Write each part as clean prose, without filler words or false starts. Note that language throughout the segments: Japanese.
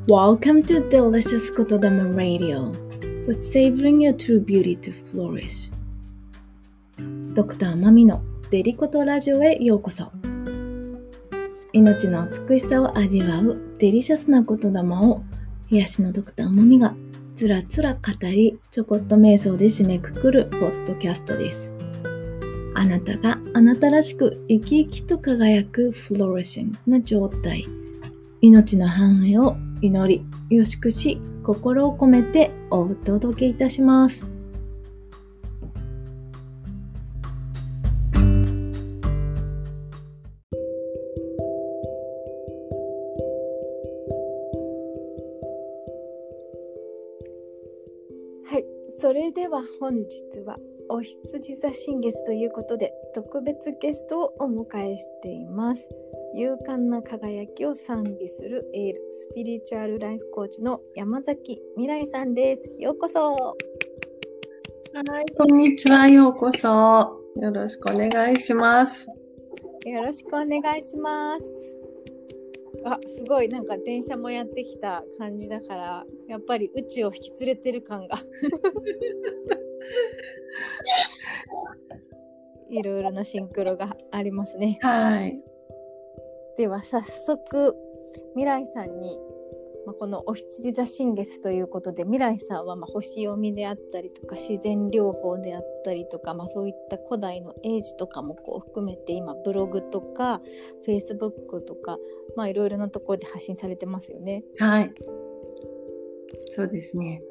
Welcome to Delicious Kotodama Radio, for savoring your true beauty to flourish. ドクターマミのデリコトラジオへようこそ。命の美しさを味わうデリシャスな言霊を癒しのドクターマミがつらつら語り、ちょこっと瞑想で締めくくるポッドキャストです。あなたがあなたらしく生き生きと輝くフロリッシングな状態、命の繁栄を祈り、よしくし、心を込めてお届けいたします。はい、それでは本日はお羊座新月ということで特別ゲストをお迎えしています。勇敢な輝きを賛美するエールスピリチュアルライフコーチの山崎未来さんです。ようこそ。 はい、こんにちは。ようこそ。よろしくお願いします。 よろしくお願いします。すごいなんか電車もやってきた感じだから、やっぱり宇宙を引き連れてる感がいろいろなシンクロがありますね。 はい。 では早速未来さんに、このお羊座新月ということで、未来さんは星読みであったりとか自然療法であったりとか、そういった古代の英字とかも含めて今ブログとかフェイスブックとかいろいろなところで発信されてますよね。 はい、そうですね。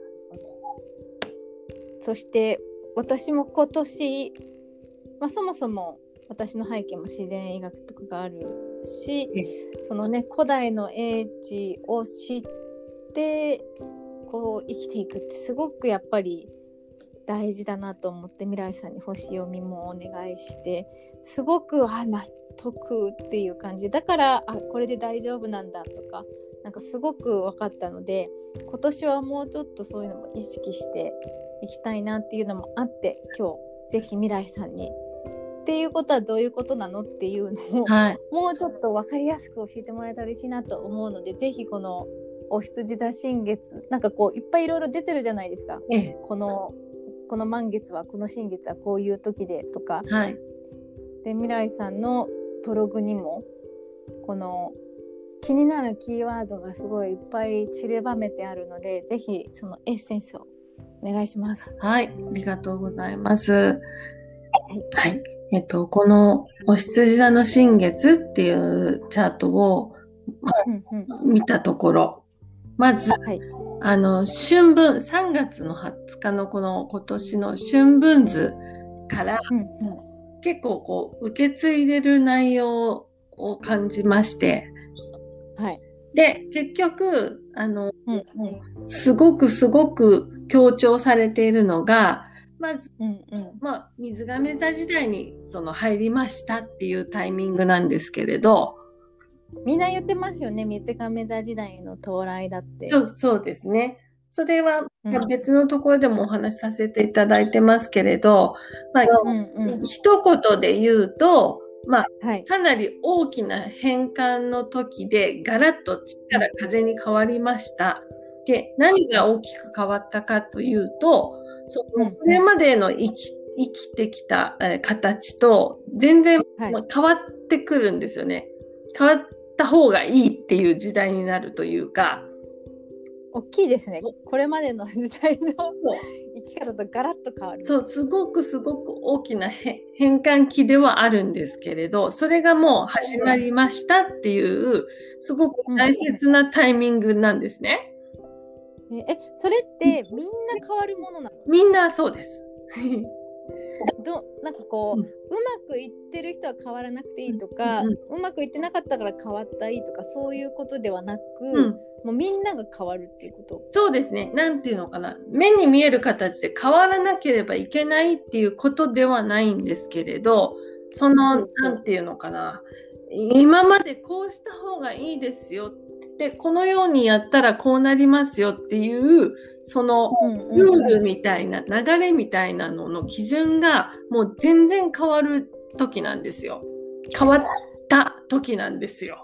そして私も今年、そもそも私の背景も自然医学とかがあるし、そのね古代の英知を知って生きていくってすごくやっぱり大事だなと思って、未来さんに星読みもお願いして、すごく納得っていう感じだから、これで大丈夫なんだとか、なんかすごく分かったので、今年はもうちょっとそういうのも意識していきたいなっていうのもあって、今日ぜひ未来さんにっていうことはどういうことなのっていうのを、もうちょっと分かりやすく教えてもらえたら嬉しいなと思うので、ぜひこのお羊座新月、なんかいっぱいいろいろ出てるじゃないですか。この満月は、この新月はこういう時でとか、で未来さんのブログにもこの気になるキーワードがすごいいっぱい散りばめてあるので、ぜひそのエッセンスをお願いします。 はい、ありがとうございます。はい。このお羊座の新月っていうチャートを、見たところ、まず、春分、3月の20日の今年の春分図から、結構受け継いでる内容を感じまして、で、結局、すごく強調されているのが、まず、水亀座時代に入りましたっていうタイミングなんですけれど、 みんな言ってますよね、水亀座時代の到来だって。 そうですね。それは別のところでもお話しさせていただいてますけれど、一言で言うと、かなり大きな変換の時でガラッと力風に変わりました。で、何が大きく変わったかというと、これまでの生きてきた形と全然変わってくるんですよね。変わった方がいいっていう時代になるというか。 大きいですね。これまでの時代の生き方とガラッと変わる。 そう、すごく大きな変換期ではあるんですけれど、それがもう始まりましたっていう、すごく大切なタイミングなんですね。 それってみんな変わるものなの？ みんなそうです。 なんかうまくいってる人は変わらなくていいとか、うまくいってなかったから変わったりとか、そういうことではなく、もうみんなが変わるっていうこと。 そうですね。なんていうのかな、目に見える形で変わらなければいけないっていうことではないんですけれど、なんていうのかな、今までこうした方がいいですよ、でこのようにやったらこうなりますよっていうそのルールみたいな流れみたいなのの基準がもう全然変わる時なんですよ。変わった時なんですよ。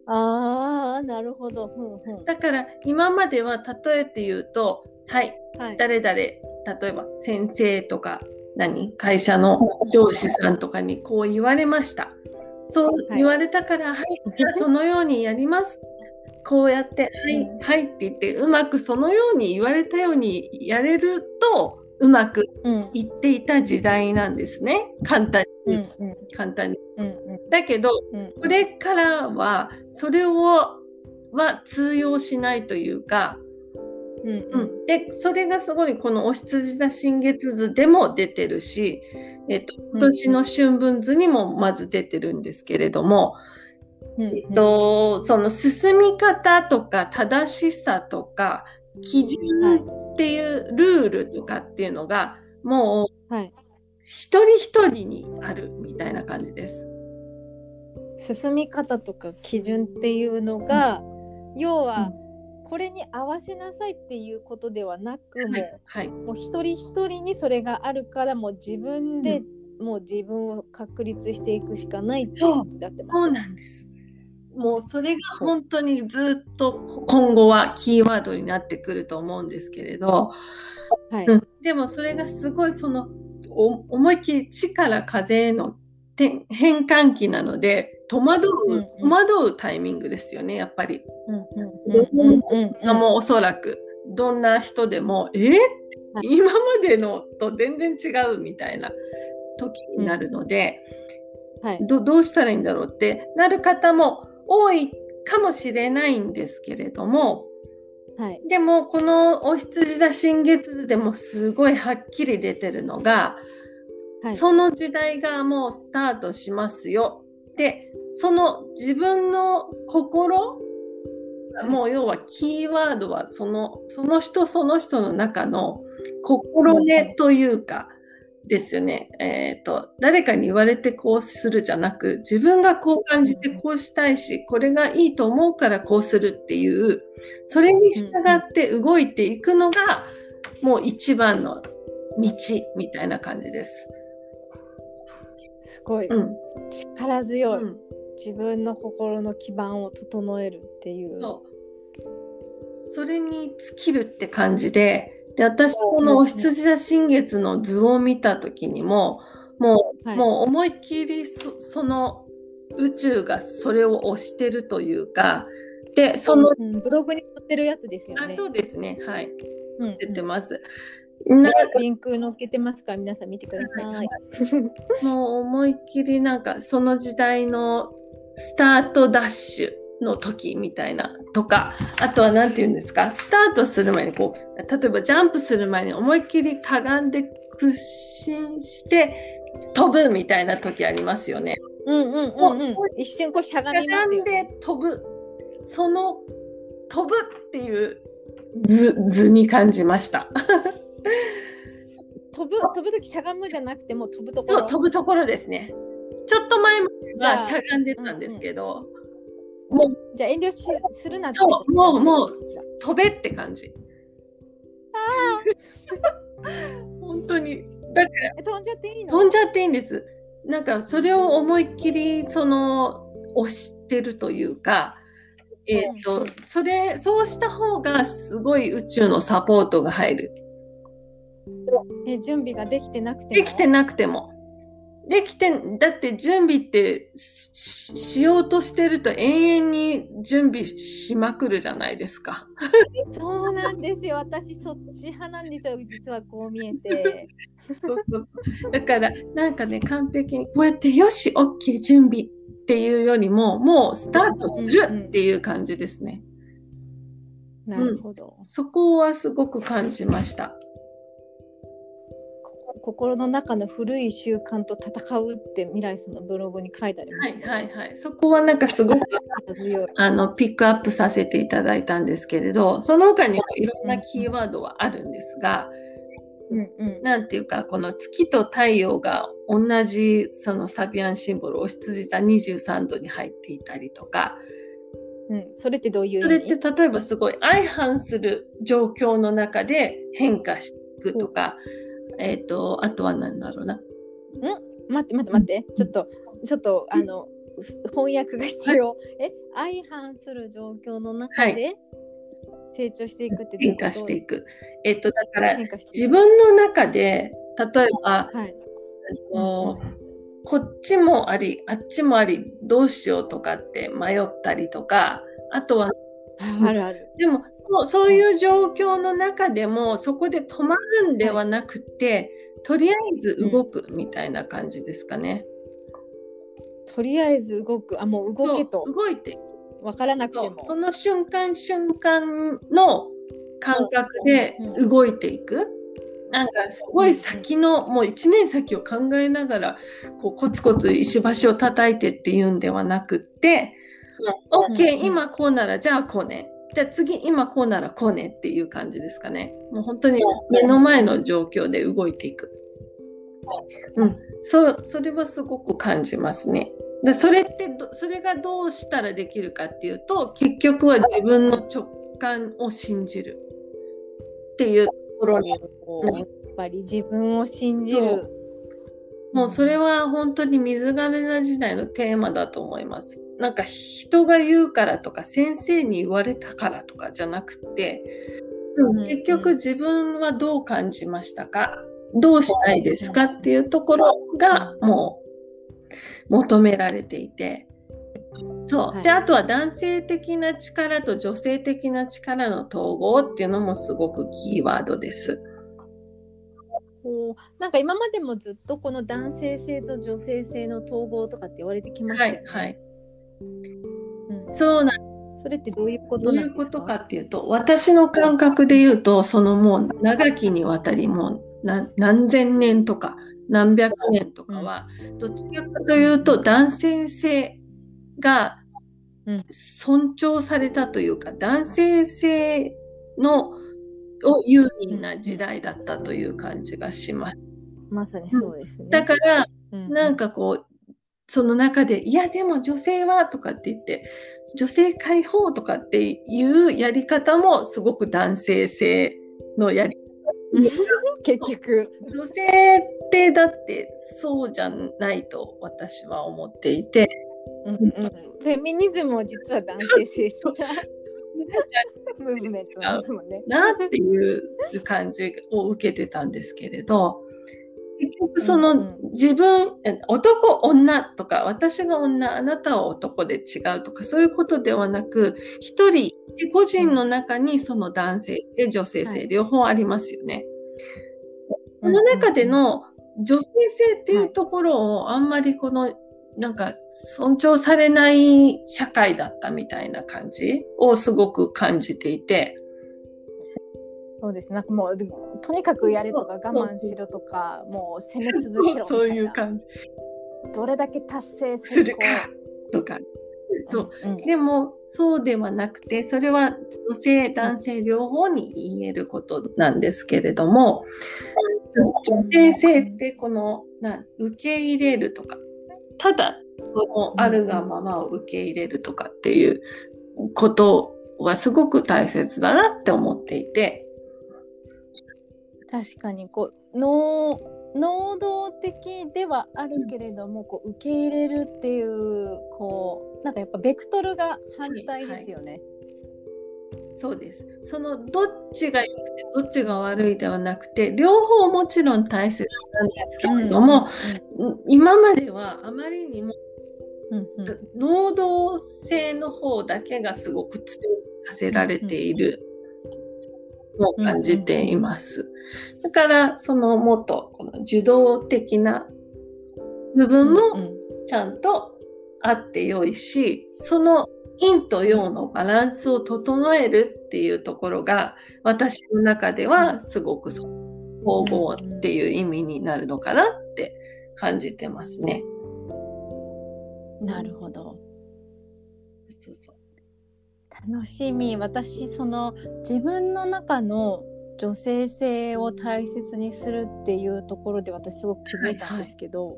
ああ、なるほど。 だから今までは例えて言うと、はい、誰々、例えば先生とか会社の上司さんとかにこう言われました。そう言われたから、はい、じゃあそのようにやります。こうやって、はい、はいって言って、うまくそのように言われたようにやれると、うまくいっていた時代なんですね。簡単に。だけど、これからは、それは通用しないというか、で、それがすごいこのお羊座新月図でも出てるし、今年の春分図にもまず出てるんですけれども、その進み方とか正しさとか基準っていうルールとかっていうのがもう一人一人にあるみたいな感じです。 進み方とか基準っていうのが、要はこれに合わせなさいっていうことではなく、もう一人一人にそれがあるから、もう自分で、もう自分を確立していくしかないっていうことになってます。 そうなんです。もうそれが本当にずっと今後はキーワードになってくると思うんですけれど、でもそれがすごいその思いっきり地から風への変換期なので戸惑うタイミングですよね、やっぱり。もうおそらくどんな人でも今までのと全然違うみたいな時になるので、どうしたらいいんだろうってなる方も多いかもしれないんですけれども、でもこのお羊座新月図でもすごいはっきり出てるのが、その時代がもうスタートしますよ。で、その自分の心、もう要はキーワードはその人その人の中の心根というか、ですよね。誰かに言われてこうするじゃなく、自分がこう感じてこうしたいし、これがいいと思うからこうするっていう、それに従って動いていくのが、もう一番の道みたいな感じです。 すごい、力強い、自分の心の基盤を整えるっていう。 それに尽きるって感じで、私このお羊座新月の図を見た時にももう思いっきりその宇宙がそれを推してるというか、でその、 ブログに載ってるやつですよね。 そうですね、はい、出てます。 リンク載っけてますから皆さん見てください。 もう思いっきりなんかその時代のスタートダッシュの時みたいなとか、あとは何て言うんですか、スタートする前にこう、例えばジャンプする前に思いっきりかがんで屈伸して飛ぶみたいな時ありますよね。 一瞬こうしゃがみますよね。 しゃがんで飛ぶ、その飛ぶっていう図に感じました。 飛ぶ時しゃがむじゃなくても飛ぶところ。 そう、飛ぶところですね。ちょっと前まではしゃがんでたんですけど、 じゃあ遠慮するなって。 もう飛べって感じ。本当に。だから飛んじゃっていいの？ 飛んじゃっていいんです。なんかそれを思いっきり押してるというか、そうした方がすごい宇宙のサポートが入る。 準備ができてなくても。 だって準備ってしようとしてると永遠に準備しまくるじゃないですか。 そうなんですよ。私そっち派なんですよ。実はこう見えて。 そうだからなんかね、完璧にこうやってよし OK 準備っていうよりももうスタートするっていう感じですね。 なるほど。 そこはすごく感じました。 心の中の古い習慣と戦うって未来さんのブログに書いてありますね。そこはなんかすごくピックアップさせていただいたんですけれど、その他にもいろんなキーワードはあるんですが、なんていうかこの月と太陽が同じそのサビアンシンボルお羊座23度に入っていたりとか、 それってどういう意味？ それって例えばすごい相反する状況の中で変化していくとか、あとは何だろうな。 待って。ちょっと翻訳が必要。相反する状況の中で成長していくってどういうこと？ 変化していく。だから自分の中で例えば、こっちもありあっちもありどうしようとかって迷ったりとか、あとはあるある。 でもそういう状況の中でもそこで止まるんではなくて、とりあえず動くみたいな感じですかね。 とりあえず動く。もう動けと。 動いて。 分からなくても。 その瞬間瞬間の感覚で動いていく。なんかすごい先の、もう1年先を考えながらこうコツコツ石橋を叩いてっていうんではなくって、OK、今こうならじゃあこうね。じゃあ次今こうならこうねっていう感じですかね。もう本当に目の前の状況で動いていく。それはすごく感じますね。でそれがどうしたらできるかっていうと、結局は自分の直感を信じるっていうところに、 やっぱり自分を信じる。 もうそれは本当に水亀座時代のテーマだと思います。なんか人が言うからとか先生に言われたからとかじゃなくて、結局自分はどう感じましたか、どうしたいですかっていうところがもう求められていて、であとは男性的な力と女性的な力の統合っていうのもすごくキーワードです。 なんか今までもずっとこの男性性と女性性の統合とかって言われてきましたよね。そうなん。それってどういうことなんですか？ どういうことかっていうと、私の感覚で言うと、そのもう長きにわたりもう何千年とか何百年とかは、どちらかというと男性性が尊重されたというか、男性性を優位な時代だったという感じがします。 まさにそうですね。 だから、なんかこうその中でいやでも女性はとかって言って女性解放とかっていうやり方もすごく男性性のやり方結局女性ってだってそうじゃないと私は思っていて、 フェミニズムも実は男性性ムーブメントなんですもんね。 なっていう感じを受けてたんですけれど、結局その自分、男女とか私が女あなたは男で違うとかそういうことではなく、一人個人の中にその男性性女性性両方ありますよね。その中での女性性っていうところをあんまりこのなんか尊重されない社会だったみたいな感じをすごく感じていて。 そうです。なんかもうとにかくやれとか我慢しろとかもう攻め続けろみたいな、 そういう感じ。 どれだけ達成するかとか。でもそうではなくて、それは女性男性両方に言えることなんですけれども、女性性ってこの受け入れるとか、ただこのあるがままを受け入れるとかっていうことはすごく大切だなって思っていて。 確かにこう能動的ではあるけれども、こう受け入れるっていうこうなんかやっぱベクトルが反対ですよね。 そうです。そのどっちが良くてどっちが悪いではなくて、両方もちろん大切なんですけれども、今まではあまりにも能動性の方だけがすごく強くさせられているを感じています。だからそのもっとこの受動的な部分もちゃんとあってよいし、その陰と陽のバランスを整えるっていうところが私の中ではすごく統合っていう意味になるのかなって感じてますね。 なるほど。楽しみ。私その自分の中の女性性を大切にするっていうところで私すごく気づいたんですけど、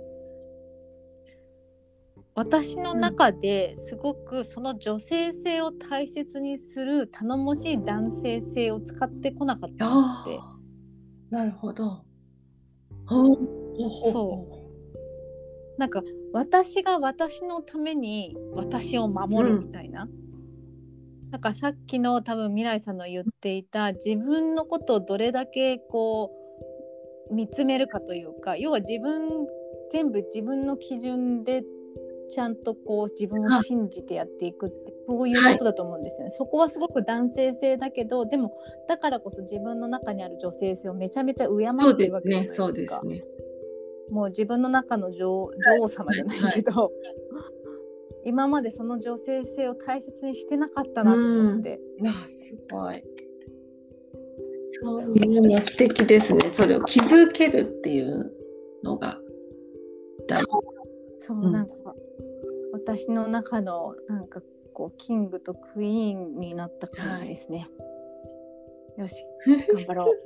私の中ですごくその女性性を大切にする頼もしい男性性を使ってこなかったなって。なるほど。 そうなんか私が私のために私を守るみたいな、なんかさっきの多分未来さんの言っていた自分のことをどれだけこう見つめるかというか、要は全部自分の基準でちゃんとこう自分を信じてやっていくってそういうことだと思うんですよね。そこはすごく男性性だけど、でもだからこそ自分の中にある女性性をめちゃめちゃ敬ってるわけじゃないですか。 そうですね。 もう自分の中の女王様じゃないけど、今までその女性性を大切にしてなかったなと思って。 すごい。そういうの素敵ですね。それを気づけるっていうのが大事。 そう、なんか私の中のなんかこうキングとクイーンになった感じですね。よし、頑張ろう。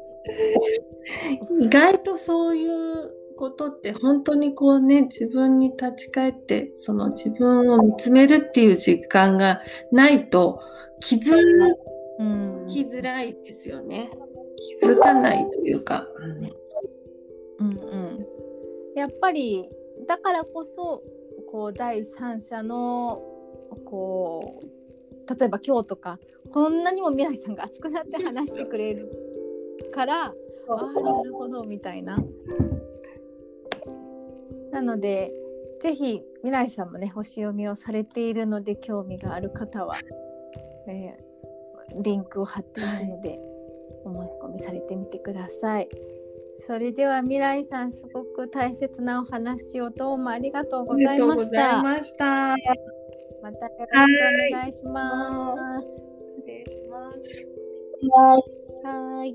意外とそういうことって本当にこうね、自分に立ち返ってその自分を見つめるっていう時間がないと気づきづらいですよね。気づかないというか、 やっぱりだからこそこう第三者のこう例えば今日とかこんなにも未来さんが熱くなって話してくれるからああなるほどみたいな。なのでぜひ未来さんもね星読みをされているので興味がある方は、リンクを貼っているので、お申し込みされてみてください。それでは未来さんすごく大切なお話をどうもありがとうございました。またよろしくお願いします。 失礼します。 はい。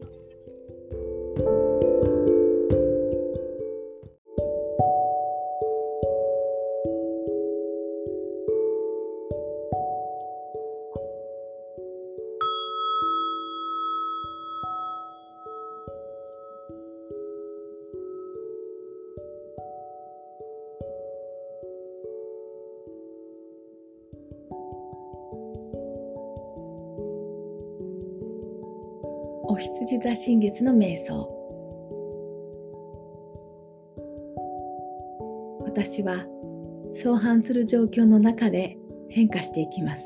お羊座新月の瞑想。私は相反する状況の中で変化していきます。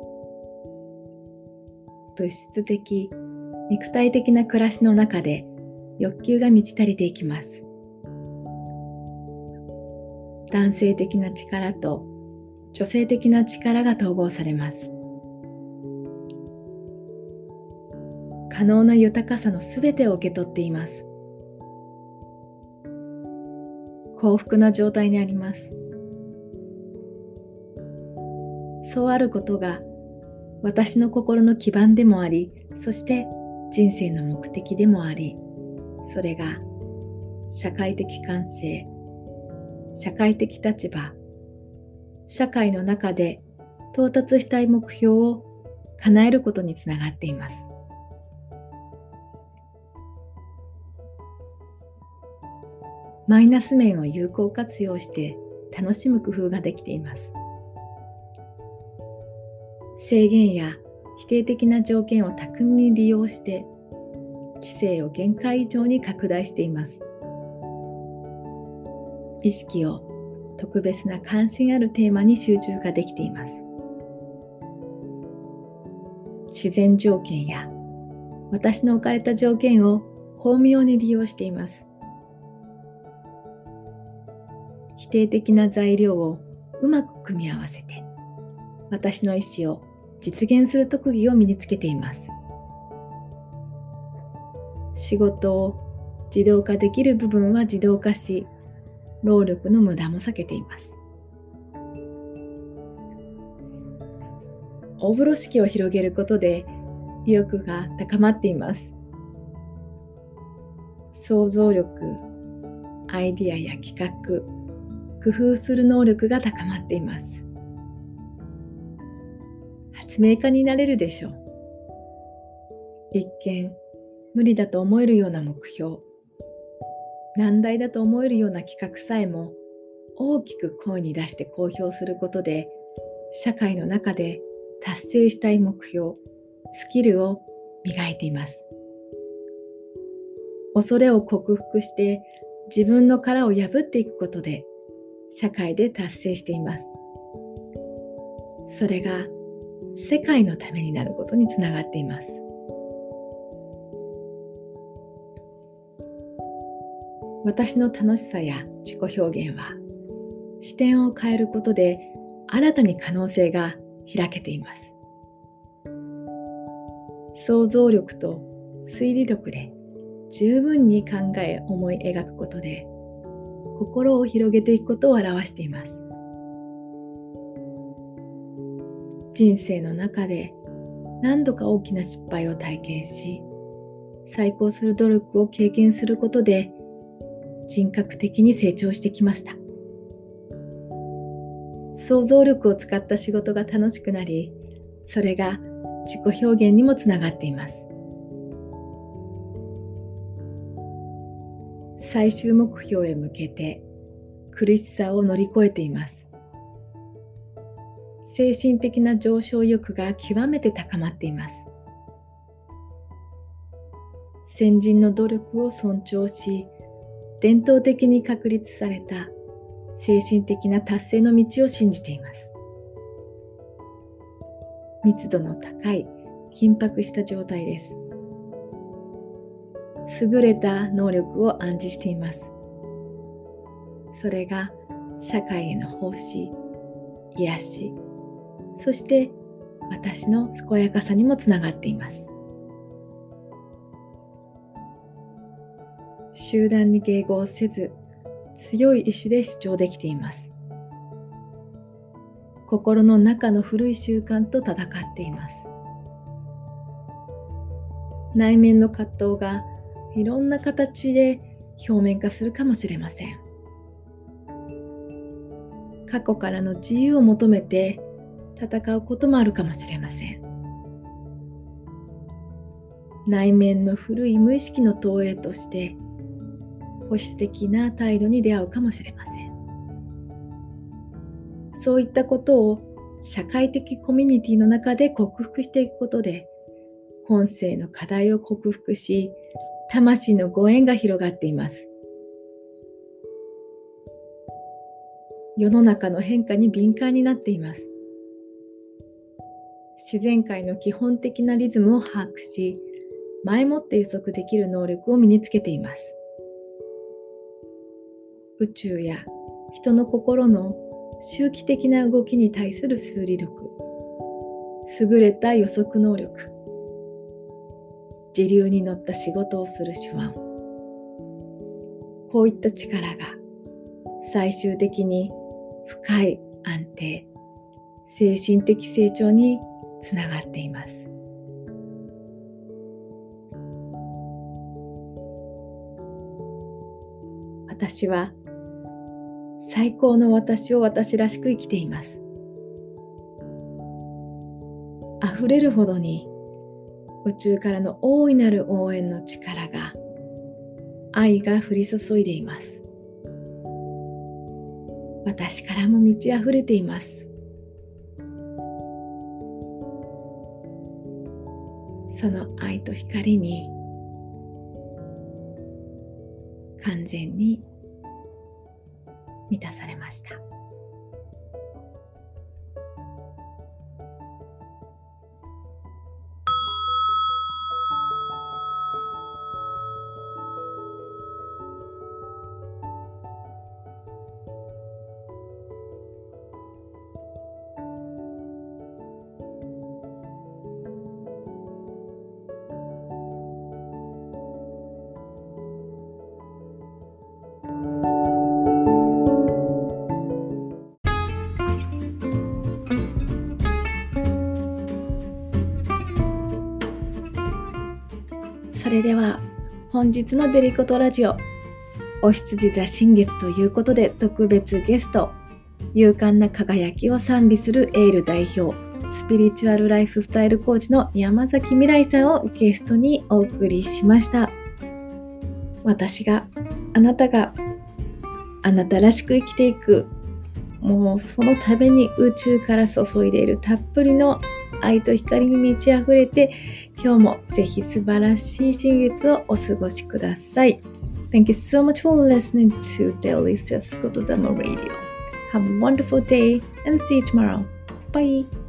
物質的、肉体的な暮らしの中で欲求が満ち足りていきます。男性的な力と女性的な力が統合されます。可能な豊かさのすべてを受け取っています。幸福な状態にあります。そうあることが私の心の基盤でもあり、そして人生の目的でもあり、それが社会的感性、社会的立場、社会の中で到達したい目標を叶えることにつながっています。マイナス面を有効活用して楽しむ工夫ができています。制限や否定的な条件を巧みに利用して知性を限界以上に拡大しています。意識を特別な関心あるテーマに集中ができています。自然条件や私の置かれた条件を巧妙に利用しています。否定的な材料をうまく組み合わせて私の意思を実現する特技を身につけています。仕事を自動化できる部分は自動化し、労力の無駄も避けています。大風呂敷を広げることで意欲が高まっています。想像力、アイディアや企画、工夫する能力が高まっています。発明家になれるでしょう。一見無理だと思えるような目標、難題だと思えるような企画さえも大きく声に出して公表することで、社会の中で達成したい目標、スキルを磨いています。恐れを克服して自分の殻を破っていくことで社会で達成しています。それが世界のためになることにつながっています。私の楽しさや自己表現は視点を変えることで新たに可能性が開けています。想像力と推理力で十分に考え思い描くことで心を広げていくことを表しています。人生の中で何度か大きな失敗を体験し、再興する努力を経験することで人格的に成長してきました。想像力を使った仕事が楽しくなり、それが自己表現にもつながっています。最終目標へ向けて苦しさを乗り越えています。精神的な上昇欲が極めて高まっています。先人の努力を尊重し、伝統的に確立された精神的な達成の道を信じています。密度の高い緊迫した状態です。優れた能力を暗示しています。それが社会への奉仕、癒し、そして私の健やかさにもつながっています。集団に迎合せず、強い意志で主張できています。心の中の古い習慣と戦っています。内面の葛藤がいろんな形で表面化するかもしれません。過去からの自由を求めて戦うこともあるかもしれません。内面の古い無意識の投影として保守的な態度に出会うかもしれません。そういったことを社会的コミュニティの中で克服していくことで、今世の課題を克服し、魂のご縁が広がっています。世の中の変化に敏感になっています。自然界の基本的なリズムを把握し、前もって予測できる能力を身につけています。宇宙や人の心の周期的な動きに対する推理力、優れた予測能力、時流に乗った仕事をする手腕、こういった力が最終的に深い安定、精神的成長につながっています。私は最高の私を私らしく生きています。溢れるほどに宇宙からの大いなる応援の力が、愛が降り注いでいます。私からも満ち溢れています。その愛と光に完全に満たされました。それでは本日のデリコトラジオ、お羊座新月ということで特別ゲスト、勇敢な輝きを賛美するエール代表、スピリチュアルライフスタイルコーチの山崎未来さんをゲストにお送りしました。私が、あなたがあなたらしく生きていく、もうそのために宇宙から注いでいるたっぷりの愛と光に満ち溢れて、今日もぜひ素晴らしい新月をお過ごしください。Thank you so much for listening to Delicious Kotodama Radio. Have a wonderful day and see you tomorrow. Bye.